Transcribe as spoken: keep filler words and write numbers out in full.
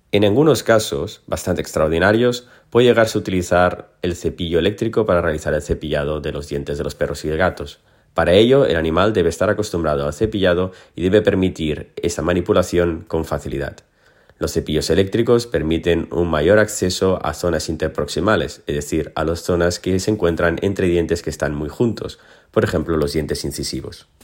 En algunos casos, bastante extraordinarios, puede llegarse a utilizar el cepillo eléctrico para realizar el cepillado de los dientes de los perros y de gatos. Para ello, el animal debe estar acostumbrado al cepillado y debe permitir esa manipulación con facilidad. Los cepillos eléctricos permiten un mayor acceso a zonas interproximales, es decir, a las zonas que se encuentran entre dientes que están muy juntos, por ejemplo los dientes incisivos.